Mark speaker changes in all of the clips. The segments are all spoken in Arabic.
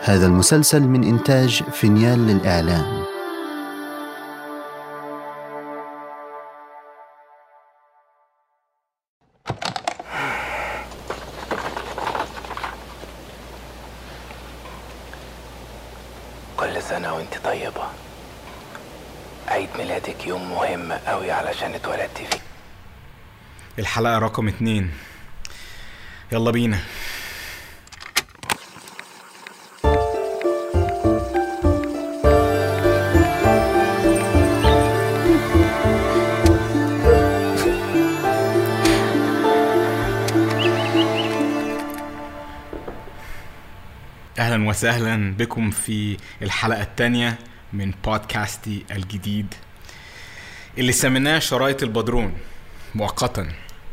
Speaker 1: هذا المسلسل من إنتاج فينيال للإعلام.
Speaker 2: كل سنة وانت طيبة. عيد ميلادك يوم مهم قوي علشان اتولدتي فيه.
Speaker 3: الحلقة رقم 2. يلا بينا. أهلا وسهلا بكم في الحلقة الثانية من بودكاستي الجديد اللي سميناه شرايط البدرون مؤقتا.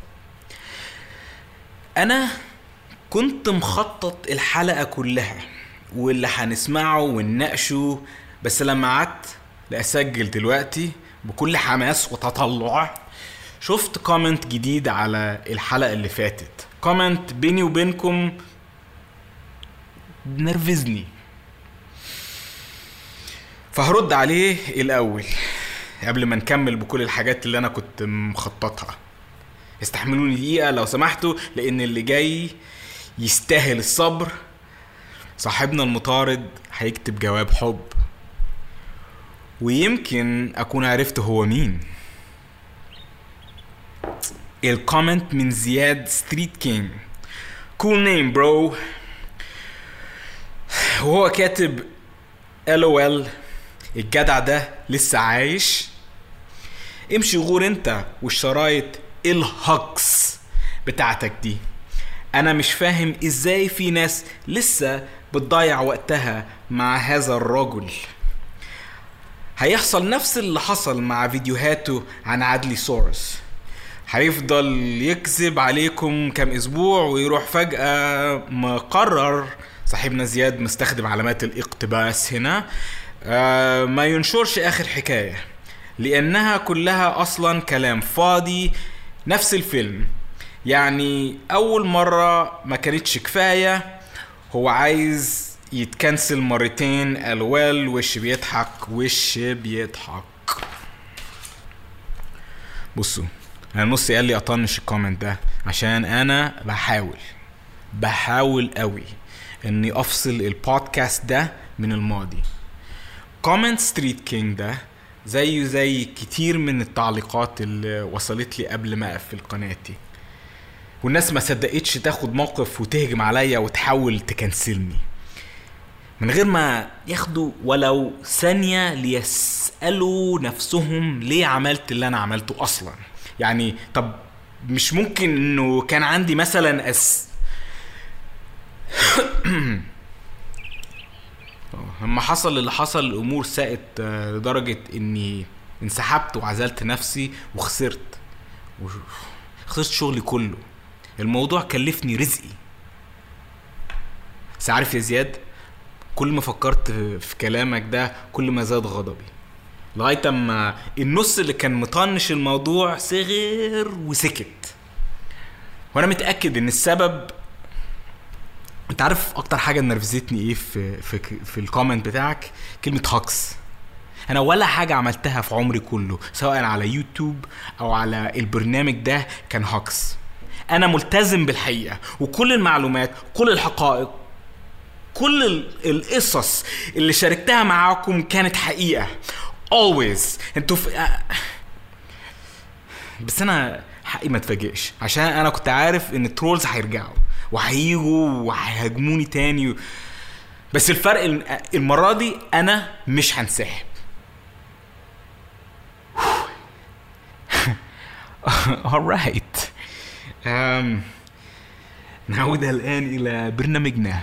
Speaker 3: أنا كنت مخطط الحلقة كلها واللي هنسمعه ونناقشه، بس لما قعدت لأسجل دلوقتي بكل حماس وتطلع شفت كومنت جديد على الحلقة اللي فاتت. كومنت بيني وبينكم نرفزني، فهرد عليه الأول قبل ما نكمل بكل الحاجات اللي أنا كنت مخططها. استحملوني دقيقة لو سمحتوا، لأن اللي جاي يستاهل الصبر. صاحبنا المطارد هيكتب جواب حب، ويمكن أكون عرفت هو مين. الكومنت من زياد ستريت كينج. cool name bro. وهو كاتب LOL الجدع ده لسه عايش. امشي غور انت والشرايط الهكس بتاعتك دي. انا مش فاهم ازاي في ناس لسه بتضيع وقتها مع هذا الرجل. هيحصل نفس اللي حصل مع فيديوهاته عن عدلي سورس. هيفضل يكذب عليكم كام اسبوع ويروح فجأة مقرر صاحبنا زياد مستخدم علامات الاقتباس هنا ما ينشرش اخر حكاية، لانها كلها اصلا كلام فاضي. نفس الفيلم يعني اول مرة ما كانتش كفاية، هو عايز يتكنسل مرتين. الوال وش بيضحك وش بيضحك. بصوا، انا نصي قال لي اطنش الكومنت ده عشان انا بحاول قوي اني افصل البودكاست ده من الماضي. كومنت ستريت كينج ده زي كتير من التعليقات اللي وصلت لي قبل ما اقفل قناتي، والناس ما صدقتش تاخد موقف وتهجم عليا وتحاول تكنسلني من غير ما ياخدوا ولو ثانية ليسألوا نفسهم ليه عملت اللي انا عملته اصلا. يعني طب مش ممكن انه كان عندي مثلا لما حصل اللي حصل الامور ساءت لدرجة اني انسحبت وعزلت نفسي وخسرت شغلي كله. الموضوع كلفني رزقي. بس عارف يا زياد، كل ما فكرت في كلامك ده كل ما زاد غضبي، لغاية اما النص اللي كان مطنش الموضوع صغير وسكت. وانا متأكد ان السبب، انت عارف اكتر حاجة نرفزتني ايه في الكومنت بتاعك؟ كلمة هاكس. انا ولا حاجة عملتها في عمري كله سواء على يوتيوب او على البرنامج ده كان هاكس. انا ملتزم بالحقيقة وكل المعلومات، كل الحقائق، كل القصص اللي شاركتها معاكم كانت حقيقة always. انتوا بس انا حقي ما تفاجئش، عشان انا كنت عارف ان الترولز هيرجعوا وهيجوا وهيهاجموني تاني. بس الفرق المرة دي انا مش هنسحب. alright. نعود الان الى برنامجنا.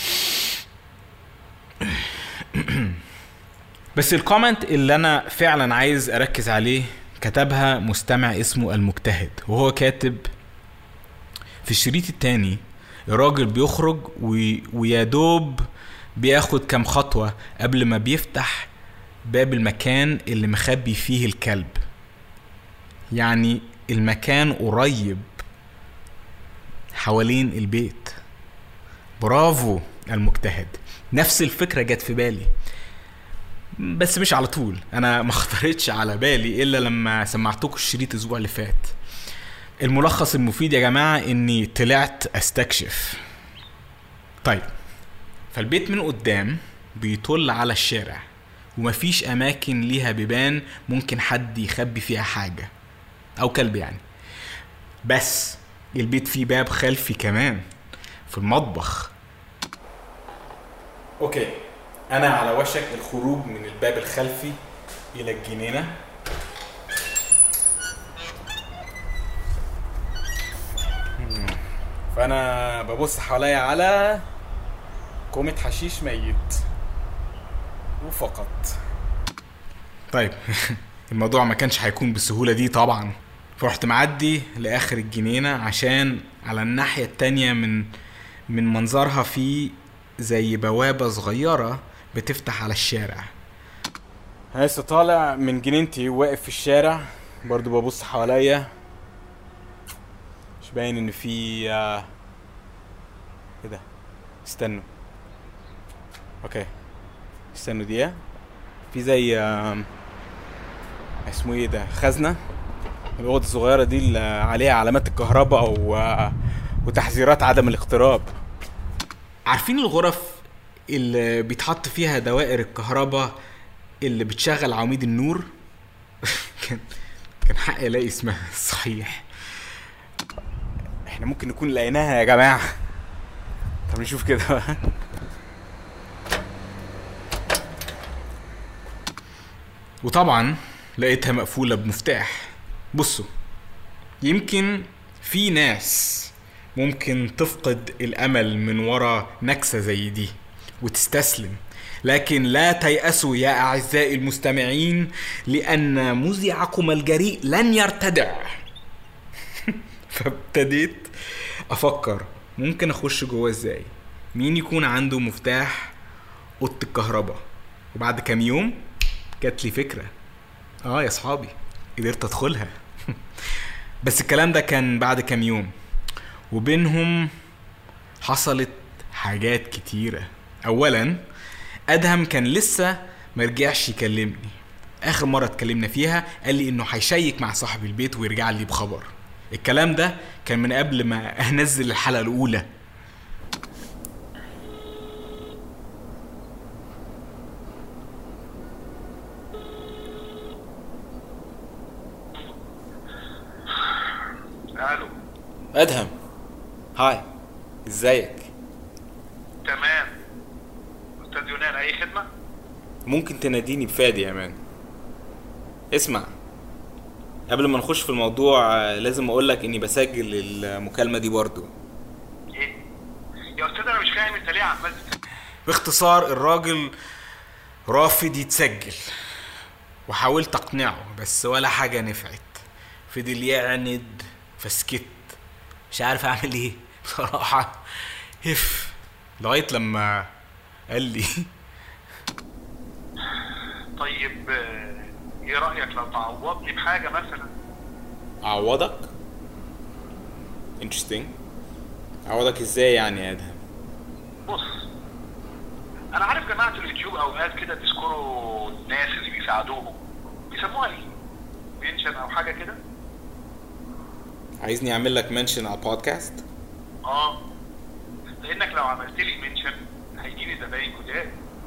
Speaker 3: بس الكومنت اللي انا فعلا عايز اركز عليه كتبها مستمع اسمه المجتهد، وهو كاتب في الشريط التاني: الراجل بيخرج ويادوب بياخد كام خطوة قبل ما بيفتح باب المكان اللي مخبي فيه الكلب. يعني المكان قريب حوالين البيت. برافو المجتهد. نفس الفكرة جت في بالي بس مش على طول، انا ما خطرتش على بالي الا لما سمعتكم الشريط الاسبوع اللي فات. الملخص المفيد يا جماعة اني طلعت استكشف. طيب، فالبيت من قدام بيطل على الشارع ومفيش اماكن ليها بيبان ممكن حد يخبي فيها حاجة او كلب يعني، بس البيت فيه باب خلفي كمان في المطبخ. اوكي، انا على وشك الخروج من الباب الخلفي الى الجنينة. فانا ببص حواليا على كومة حشيش ميت وفقط. طيب الموضوع ما كانش هيكون بالسهولة دي طبعا، فرحت معدي لاخر الجنينة عشان على الناحية التانية من منظرها في زي بوابة صغيرة بتفتح على الشارع. لسه طالع من جنينتي واقف في الشارع برضو ببص حواليا، مش باين ان في ايه ده؟ استنوا، اوكي استنوا دقيقة. في زي اسمه ايه ده، خزنة، الأوضة الصغيرة دي اللي عليها علامات الكهرباء وتحذيرات عدم الاقتراب. عارفين الغرف اللي بيتحط فيها دوائر الكهرباء اللي بتشغل عواميد النور؟ كان حق الاقي اسمها صحيح. احنا ممكن نكون لقيناها يا جماعة. طب نشوف كده. وطبعا لقيتها مقفولة بمفتاح. بصوا، يمكن في ناس ممكن تفقد الامل من وراء نكسة زي دي وتستسلم، لكن لا تيأسوا يا اعزائي المستمعين، لان مذيعكم الجريء لن يرتدع. فابتديت افكر ممكن اخش جوه ازاي، مين يكون عنده مفتاح اوضه الكهرباء. وبعد كام يوم جات لي فكرة، يا صحابي قدرت ادخلها. بس الكلام ده كان بعد كام يوم، وبينهم حصلت حاجات كتيرة. اولا ادهم كان لسه مرجعش يكلمني. اخر مرة اتكلمنا فيها قال لي انه هيشيك مع صاحب البيت ويرجع لي بخبر. الكلام ده كان من قبل ما انزل الحلقة الاولى.
Speaker 4: الو
Speaker 3: ادهم، هاي، ازيك؟
Speaker 4: تمام استاذ يونان، اي خدمة؟
Speaker 3: ممكن تناديني بفادي يا مان. اسمع، قبل ما نخش في الموضوع لازم اقولك اني بسجل المكالمة دي برضو.
Speaker 4: ايه يا استاذ، انا مش فاهم انت ليه عمال
Speaker 3: باختصار الراجل رافض يتسجل، وحاولت اقنعه بس ولا حاجة نفعت. فضل يعند فسكت، مش عارف اعمل ايه بصراحة. لغاية لما قال لي
Speaker 4: طيب ايه رأيك لو تعوضني بحاجة مثلا؟
Speaker 3: اعوضك؟ interesting. اعوضك ازاي يعني يا ادهم؟
Speaker 4: بص، انا عارف جماعة اليوتيوب اوقات كده تذكروا الناس اللي بيساعدوهم، بيسموها ايه؟ منشن او حاجة كده؟
Speaker 3: عايزني اعمل لك منشن على البودكاست؟
Speaker 4: لانك لو عملت لي منشن هيجيلي زباين جداد،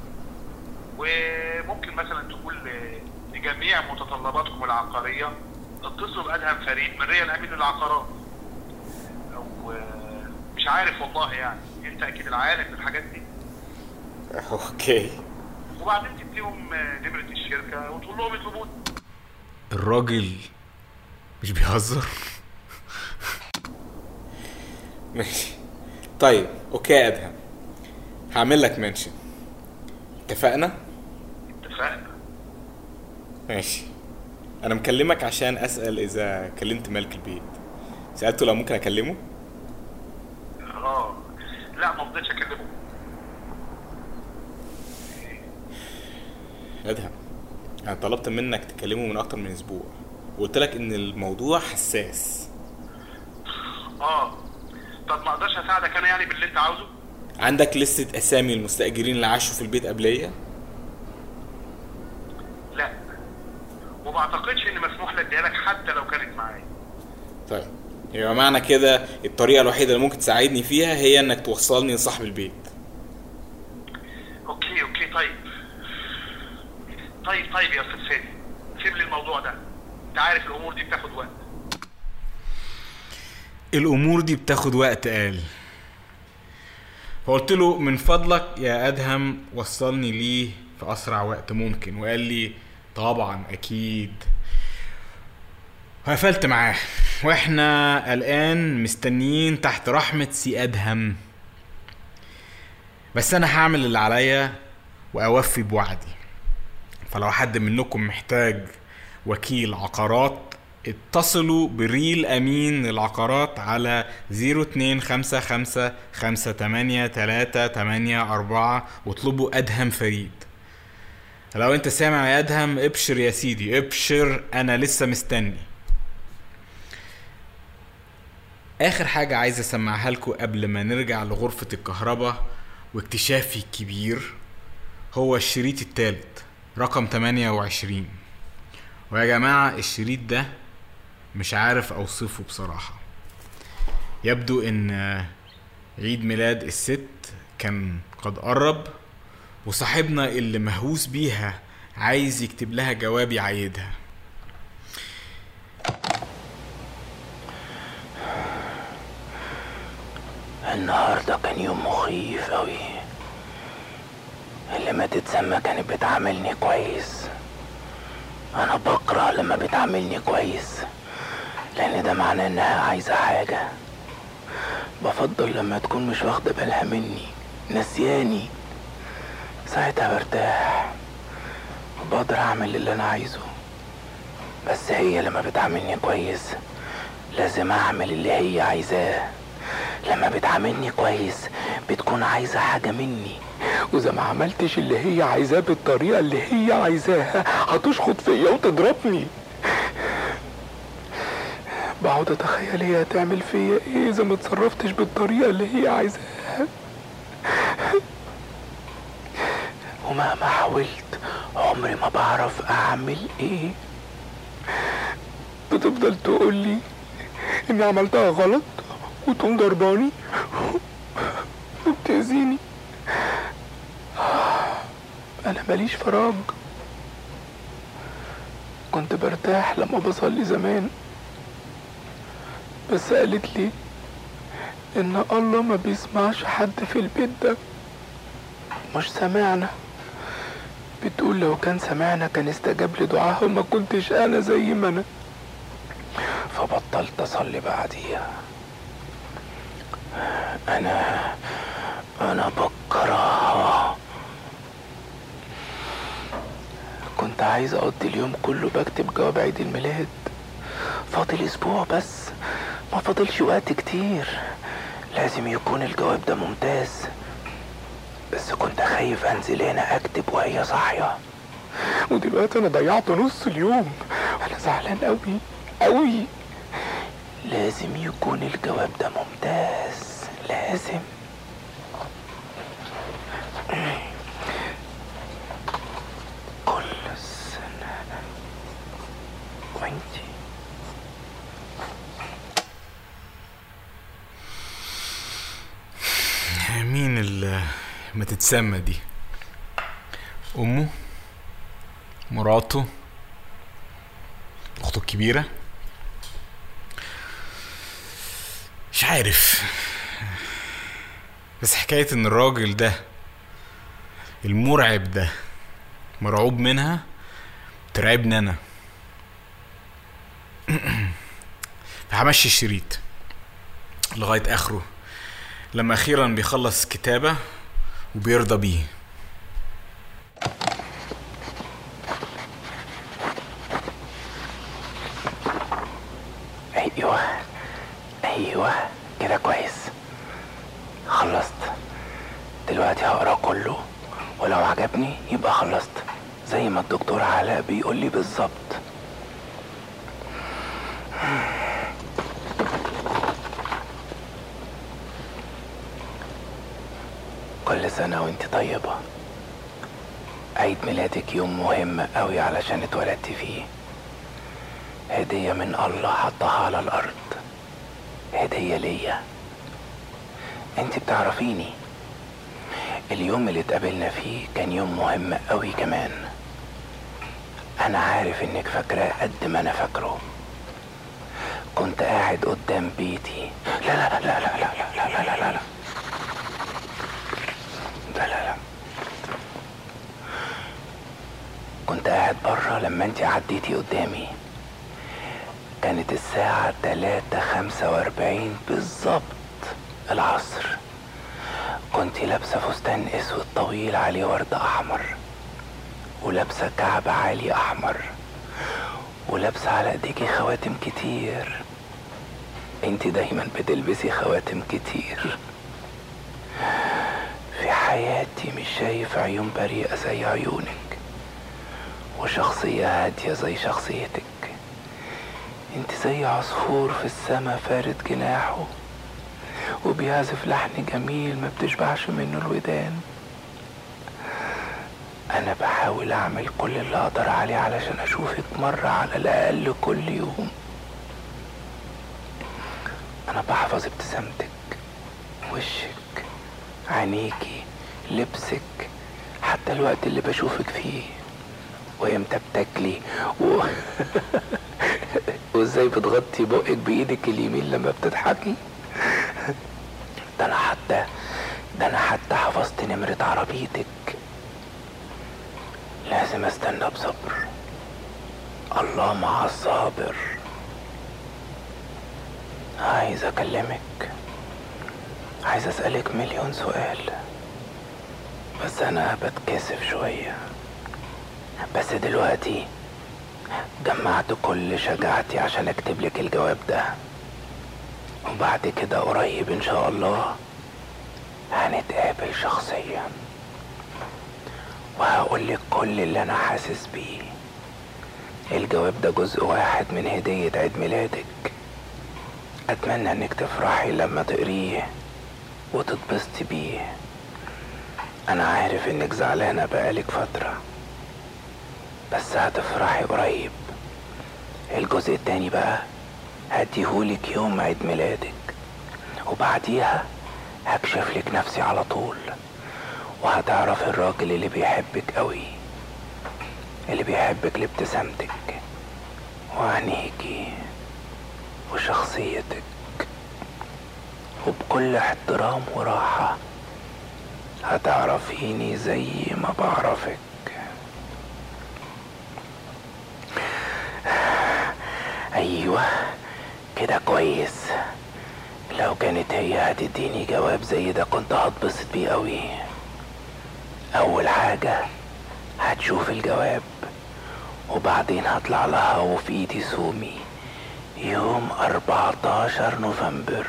Speaker 4: وممكن مثلا تقول لجميع متطلباتكم العقارية اتصلوا بأدهم فريد من ريال امين للعقارات، او مش عارف والله، يعني انت اكيد العالم بالحاجات دي.
Speaker 3: اوكي.
Speaker 4: وبعدين تديهم نمرة الشركة وتقول لهم يطلبون.
Speaker 3: الراجل مش بيهزر. ماشي طيب، اوكي يا ادهم، هعمل لك منشن. اتفقنا؟ ماشي. انا مكلمك عشان اسأل اذا كلمت ملك البيت. سألته لو ممكن اكلمه.
Speaker 4: لا ما فضلتش اكلمه.
Speaker 3: ادهم، انا طلبت منك تكلمه من اكتر من اسبوع، وقلت لك ان الموضوع حساس.
Speaker 4: طب ما اقدرش اساعدك انا يعني باللي انت عاوزه؟
Speaker 3: عندك لستة اسامي المستأجرين اللي عاشوا في البيت قبلية؟
Speaker 4: لا، وما اعتقدش ان مسموح لي اديها لك حتى لو كانت معايا.
Speaker 3: طيب يبقى معنى كده الطريقة الوحيدة اللي ممكن تساعدني فيها هي انك توصلني لصاحب البيت.
Speaker 4: اوكي طيب يا استاذ فادي، سيب لي الموضوع ده. انت عارف الامور دي بتاخد وقت.
Speaker 3: الامور دي بتاخد وقت قال. فقلت له من فضلك يا ادهم وصلني ليه في اسرع وقت ممكن، وقال لي طبعا اكيد. وقفلت معاه واحنا الان مستنيين تحت رحمة سي ادهم. بس انا هعمل اللي عليا واوفي بوعدي. فلو حد منكم محتاج وكيل عقارات اتصلوا بريل امين العقارات على 0255583884 واطلبوا ادهم فريد. لو انت سامع يا ادهم ابشر يا سيدي ابشر، انا لسه مستني. اخر حاجة عايز اسمعها لكم قبل ما نرجع لغرفة الكهرباء واكتشافي الكبير هو الشريط الثالث رقم 28. ويا جماعة الشريط ده مش عارف اوصفه بصراحة. يبدو ان عيد ميلاد الست كان قد قرب، وصاحبنا اللي مهووس بيها عايز يكتب لها جواب يعيدها.
Speaker 2: النهاردة كان يوم مخيف اوي. اللي ما تتسمى كانت بتعاملني كويس. انا بكره لما بتعاملني كويس، لان ده معناه انها عايزة حاجة. بفضل لما تكون مش واخدة بالها مني، نسياني، ساعتها برتاح وبقدر اعمل اللي انا عايزه. بس هي لما بتعاملني كويس لازم اعمل اللي هي عايزاه. لما بتعاملني كويس بتكون عايزة حاجة مني، واذا ما عملتش اللي هي عايزاه بالطريقة اللي هي عايزاها هتشخط فيا وتضربني. بقعد اتخيل هي هتعمل فيا ايه اذا ما اتصرفتش بالطريقة اللي هي عايزاها. ومهما حاولت عمري ما بعرف اعمل ايه. بتفضل تقولي اني عملتها غلط وتقوم ضرباني وبتأذيني. انا ماليش فراغ. كنت برتاح لما بصلي زمان، بس قالت لي ان الله ما بيسمعش حد في البيت ده. مش سمعنا. بتقول لو كان سمعنا كان استجاب لدعاها وما كنتش انا زي ما انا. فبطلت اصلي بعديها. انا بكرهها. كنت عايز اقضي اليوم كله بكتب جواب عيد الميلاد. فاضل اسبوع بس، ما فاضلش وقت كتير. لازم يكون الجواب ده ممتاز. بس كنت خايف انزل هنا اكتب وهي صاحية. ودلوقتي انا ضيعت نص اليوم. انا زعلان قوي قوي. لازم يكون الجواب ده ممتاز، لازم. كل سنة وانتي.
Speaker 3: مين اللي ما تتسمى دي؟ امه؟ مراته؟ اخته الكبيرة؟ مش عارف. بس حكاية ان الراجل ده المرعب ده مرعوب منها ترعبني انا. همشي الشريط لغاية اخره، لما اخيرا بيخلص كتابة وبيرضى بيه.
Speaker 2: ايوه كده كويس. خلصت. دلوقتي هقرا كله، ولو عجبني يبقى خلصت زي ما الدكتور علاء بيقول لي بالظبط. كل سنة وانت طيبة. عيد ميلادك يوم مهم قوي علشان اتولدت فيه. هدية من الله حطها على الارض، هدية ليا. انت بتعرفيني، اليوم اللي اتقابلنا فيه كان يوم مهم قوي كمان. انا عارف انك فاكراه قد ما انا فاكره. كنت قاعد قدام بيتي. لا لا لا لا لا لا لا لا لا لا لا لا لا. كنت قاعد برا لما انت عديتي قدامي. كانت الساعة 3:45 بالظبط العصر. كنت لابسة فستان اسود طويل عليه ورد احمر، ولابسة كعب عالي احمر، ولابسة على ايديكي خواتم كتير. انت دايما بتلبسي خواتم كتير. في حياتي مش شايف عيون بريئة زي عيونك، وشخصية هادية زي شخصيتك. انت زي عصفور في السما فارد جناحه وبيعزف لحن جميل ما بتشبعش منه الودان. انا بحاول اعمل كل اللي اقدر عليه علشان اشوفك مرة على الاقل كل يوم. انا بحفظ ابتسامتك، وشك، عينيكي، لبسك، حتى الوقت اللي بشوفك فيه، وامتى بتاكلي وازاي بتغطي بقك بايدك اليمين لما بتضحكي. ده انا حتى حفظت نمرة عربيتك. لازم استنى بصبر. الله مع الصابر. عايز اكلمك، عايز اسألك مليون سؤال، بس انا بتكسف شوية. بس دلوقتي جمعت كل شجاعتي عشان اكتب لك الجواب ده، وبعد كده قريب ان شاء الله هنتقابل شخصيا وهقولك كل اللي انا حاسس بيه. الجواب ده جزء واحد من هدية عيد ميلادك. اتمنى انك تفرحي لما تقريه وتتبسطي بيه. انا عارف انك زعلانة بقالك فترة، بس هتفرحي قريب. الجزء التاني بقى هديهولك يوم عيد ميلادك، وبعديها هكشف لك نفسي على طول، وهتعرف الراجل اللي بيحبك قوي، اللي بيحبك لابتسامتك وعينيكي وشخصيتك، وبكل احترام وراحة هتعرفيني زي ما بعرفك. ايوه كده كويس. لو كانت هي هتديني جواب زي ده كنت هتبسط بيه قوي. اول حاجة هتشوف الجواب، وبعدين هطلع لها وفي ايدي سومي يوم 14 نوفمبر.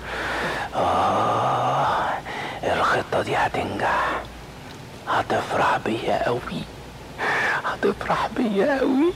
Speaker 2: الخطة دي هتنجح. هتفرح بيا قوي، هتفرح بيا قوي.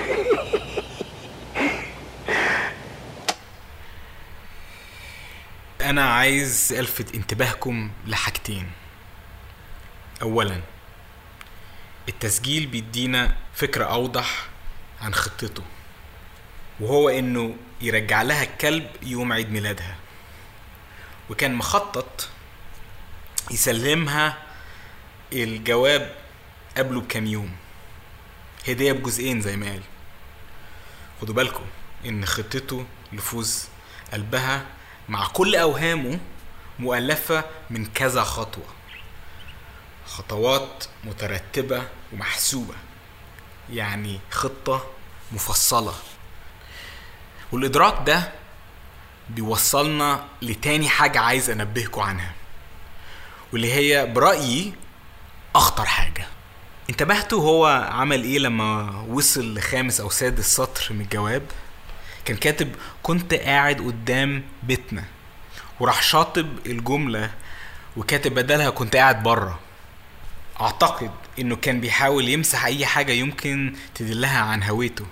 Speaker 3: انا عايز الفت انتباهكم لحاجتين. اولا، التسجيل بيدينا فكرة اوضح عن خطته، وهو انه يرجع لها الكلب يوم عيد ميلادها، وكان مخطط يسلمها الجواب قبله بكام يوم، هدية بجزئين زي ما قال. خدوا بالكم ان خطته لفوز قلبها مع كل اوهامه مؤلفة من كذا خطوة، خطوات مترتبة ومحسوبة، يعني خطة مفصلة. والإدراك ده بيوصلنا لتاني حاجة عايز أنبهكم عنها، واللي هي برأيي أخطر حاجة. انتبهتوا هو عمل إيه لما وصل لخامس أو سادس سطر من الجواب؟ كان كاتب كنت قاعد قدام بيتنا، وراح شاطب الجملة وكاتب بدلها كنت قاعد برا. اعتقد انه كان بيحاول يمسح اي حاجة يمكن تدلها عن هويته،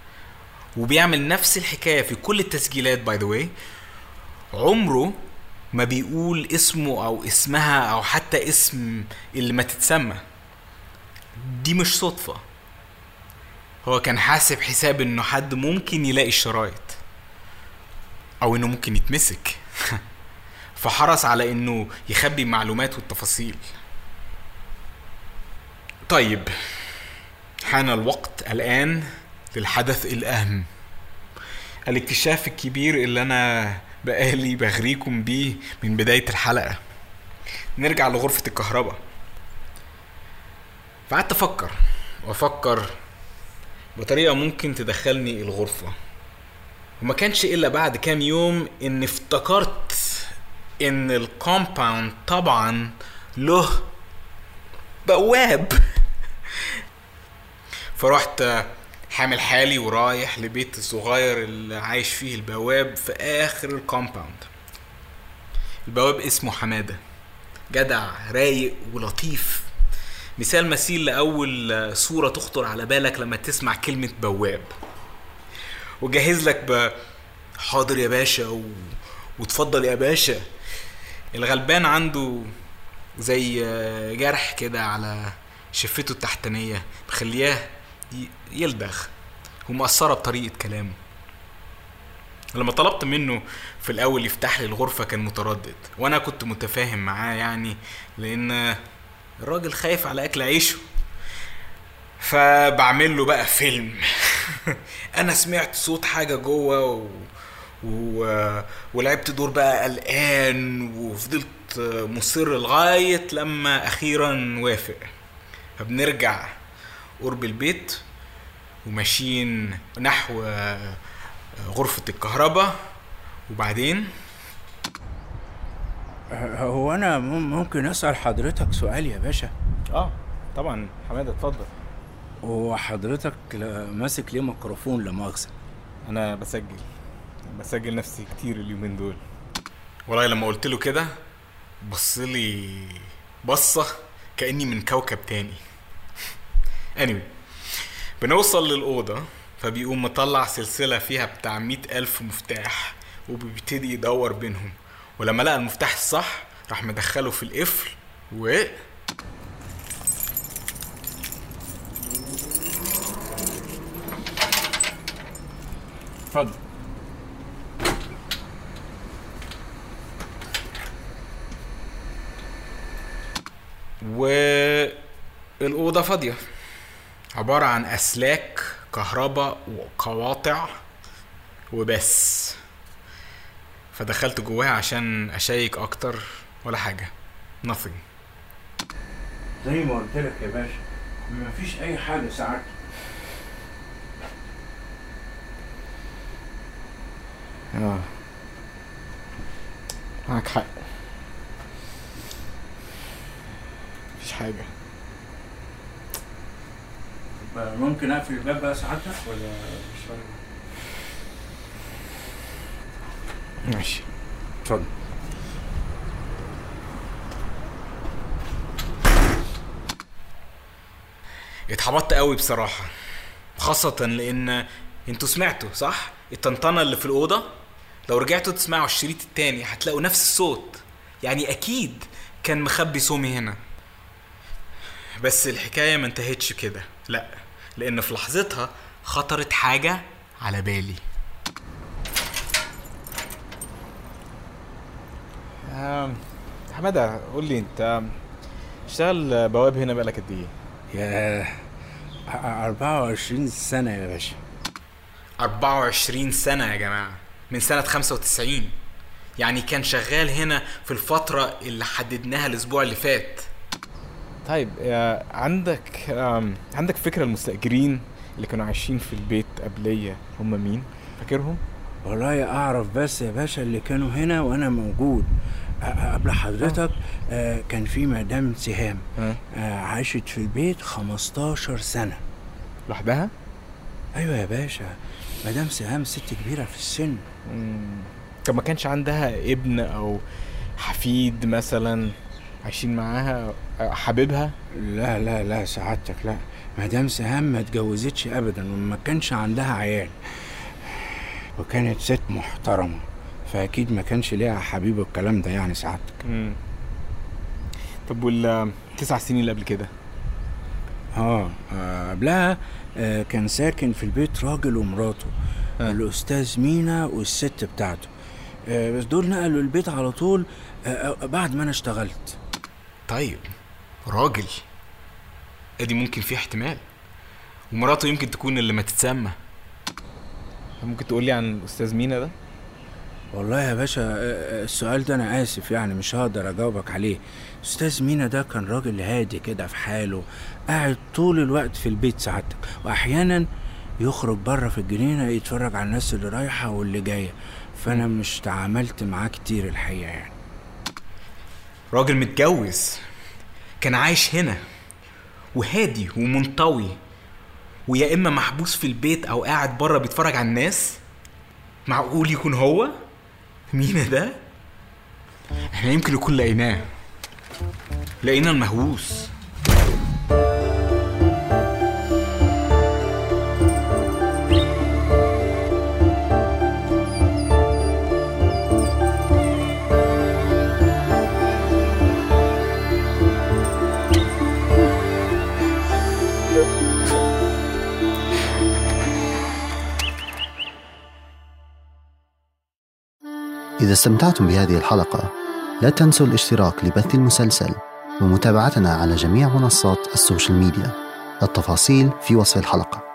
Speaker 3: وبيعمل نفس الحكاية في كل التسجيلات. باي ذا واي، عمره ما بيقول اسمه او اسمها او حتى اسم اللي ما تتسمى. دي مش صدفة، هو كان حاسب حساب انه حد ممكن يلاقي الشرايط او انه ممكن يتمسك فحرص على انه يخبي معلومات والتفاصيل. طيب، حان الوقت الآن للحدث الأهم، الاكتشاف الكبير اللي أنا بقالي بغريكم بيه من بداية الحلقة. نرجع لغرفة الكهرباء. فقعدت أفكر بطريقة ممكن تدخلني الغرفة، وما كانش إلا بعد كام يوم إن افتكرت إن الكومباوند طبعا له بواب. فرحت حامل حالي ورايح لبيت الصغير اللي عايش فيه البواب في آخر الكومباوند. البواب اسمه حمادة، جدع رايق ولطيف، مثال لأول صورة تخطر على بالك لما تسمع كلمة بواب. وجهز لك حاضر يا باشا وتفضل يا باشا. الغلبان عنده زي جرح كده على شفته التحتانية مخلياه يلدغ، ومأثرة بطريقة كلامه. لما طلبت منه في الأول يفتح لي الغرفة كان متردد، وأنا كنت متفاهم معاه يعني، لأن الراجل خايف على أكل عيشه. فبعمل له بقى فيلم. أنا سمعت صوت حاجة جوه ولعبت دور بقى قلقان، وفضلت مصر لغاية لما أخيرا وافق. فبنرجع قرب البيت وماشيين نحو غرفة الكهرباء. وبعدين
Speaker 5: هو أنا ممكن أسأل حضرتك سؤال يا باشا؟
Speaker 3: طبعا حمادة، اتفضل.
Speaker 5: وحضرتك ماسك ليه ميكروفون لا مؤاخذة؟
Speaker 3: أنا بسجل نفسي كتير اليومين دول. والله لما قلت له كده بصلي بصة كأني من كوكب تاني. anyway، بنوصل للأوضة، فبيقوم مطلع سلسلة فيها بتاع 100,000 مفتاح، وبيبتدي يدور بينهم، ولما لقى المفتاح الصح راح مدخله في القفل
Speaker 5: اتفضل.
Speaker 3: والأوضة فاضية، عبارة عن أسلاك كهرباء وقواطع وبس. فدخلت جواها عشان أشيك أكتر، ولا حاجة، nothing.
Speaker 5: زي ما قلت لك يا باشا، مفيش أي حاجة ساعتها.
Speaker 3: معاك حق، مفيش حاجة.
Speaker 5: ممكن أقفل الباب بقى ساعتها ولا مش فاهم؟
Speaker 3: ماشي،
Speaker 5: اتفضل.
Speaker 3: اتحبطت قوي بصراحة، خاصة لأن انتوا سمعتوا صح الطنطنة اللي في الأوضة. لو رجعتوا تسمعوا الشريط التاني هتلاقوا نفس الصوت، يعني أكيد كان مخبي سومي هنا. بس الحكاية ما انتهتش كده، لا، لأن في لحظتها خطرت حاجة على بالي. حمادة، قول لي انت اشتغل بواب هنا بقالك قد ايه؟
Speaker 5: يا 24 سنة يا باشا.
Speaker 3: 24 سنة يا جماعة، من سنة 95. يعني كان شغال هنا في الفترة اللي حددناها الأسبوع اللي فات.
Speaker 6: طيب، عندك فكرة المستأجرين اللي كانوا عايشين في البيت قبلية هم مين؟ فاكرهم؟
Speaker 5: والله أعرف بس يا باشا اللي كانوا هنا وأنا موجود قبل حضرتك. كان في مدام سهام عاشت في البيت 15 سنة
Speaker 6: لوحدها؟
Speaker 5: أيوة يا باشا، مدام سهام ست كبيرة في السن.
Speaker 6: طب ما كانش عندها ابن أو حفيد مثلا عايشين معاها، حبيبها؟
Speaker 5: لا لا لا سعادتك، لا، مدام سهام ما اتجوزتش أبدا وما كانش عندها عيال، وكانت ست محترمة فاكيد ما كانش ليها حبيب الكلام ده يعني سعادتك.
Speaker 6: طب وال9 سنين اللي قبل كده؟
Speaker 5: قبلها كان ساكن في البيت راجل ومراته، الأستاذ مينا والست بتاعته. بس دول نقلوا البيت على طول بعد ما أنا اشتغلت.
Speaker 3: طيب راجل ادي ممكن فيه احتمال، ومراته يمكن تكون اللي ما تتسمى.
Speaker 6: ممكن تقولي عن الأستاذ مينا ده؟
Speaker 5: والله يا باشا السؤال ده أنا آسف يعني مش هقدر أجاوبك عليه. أستاذ مينا ده كان راجل هادي كده في حاله، قاعد طول الوقت في البيت سعادتك، وأحيانا يخرج بره في الجنينة يتفرج على الناس اللي رايحة واللي جاية. فأنا مش تعاملت معاه كتير الحقيقة يعني.
Speaker 3: راجل متجوز كان عايش هنا وهادي ومنطوي، ويا إما محبوس في البيت أو قاعد بره بيتفرج على الناس؟ معقول يكون هو مينا ده؟ احنا يمكن يكون لقينا المهووس.
Speaker 1: إذا استمتعتم بهذه الحلقة لا تنسوا الاشتراك لبث المسلسل ومتابعتنا على جميع منصات السوشيال ميديا. التفاصيل في وصف الحلقة.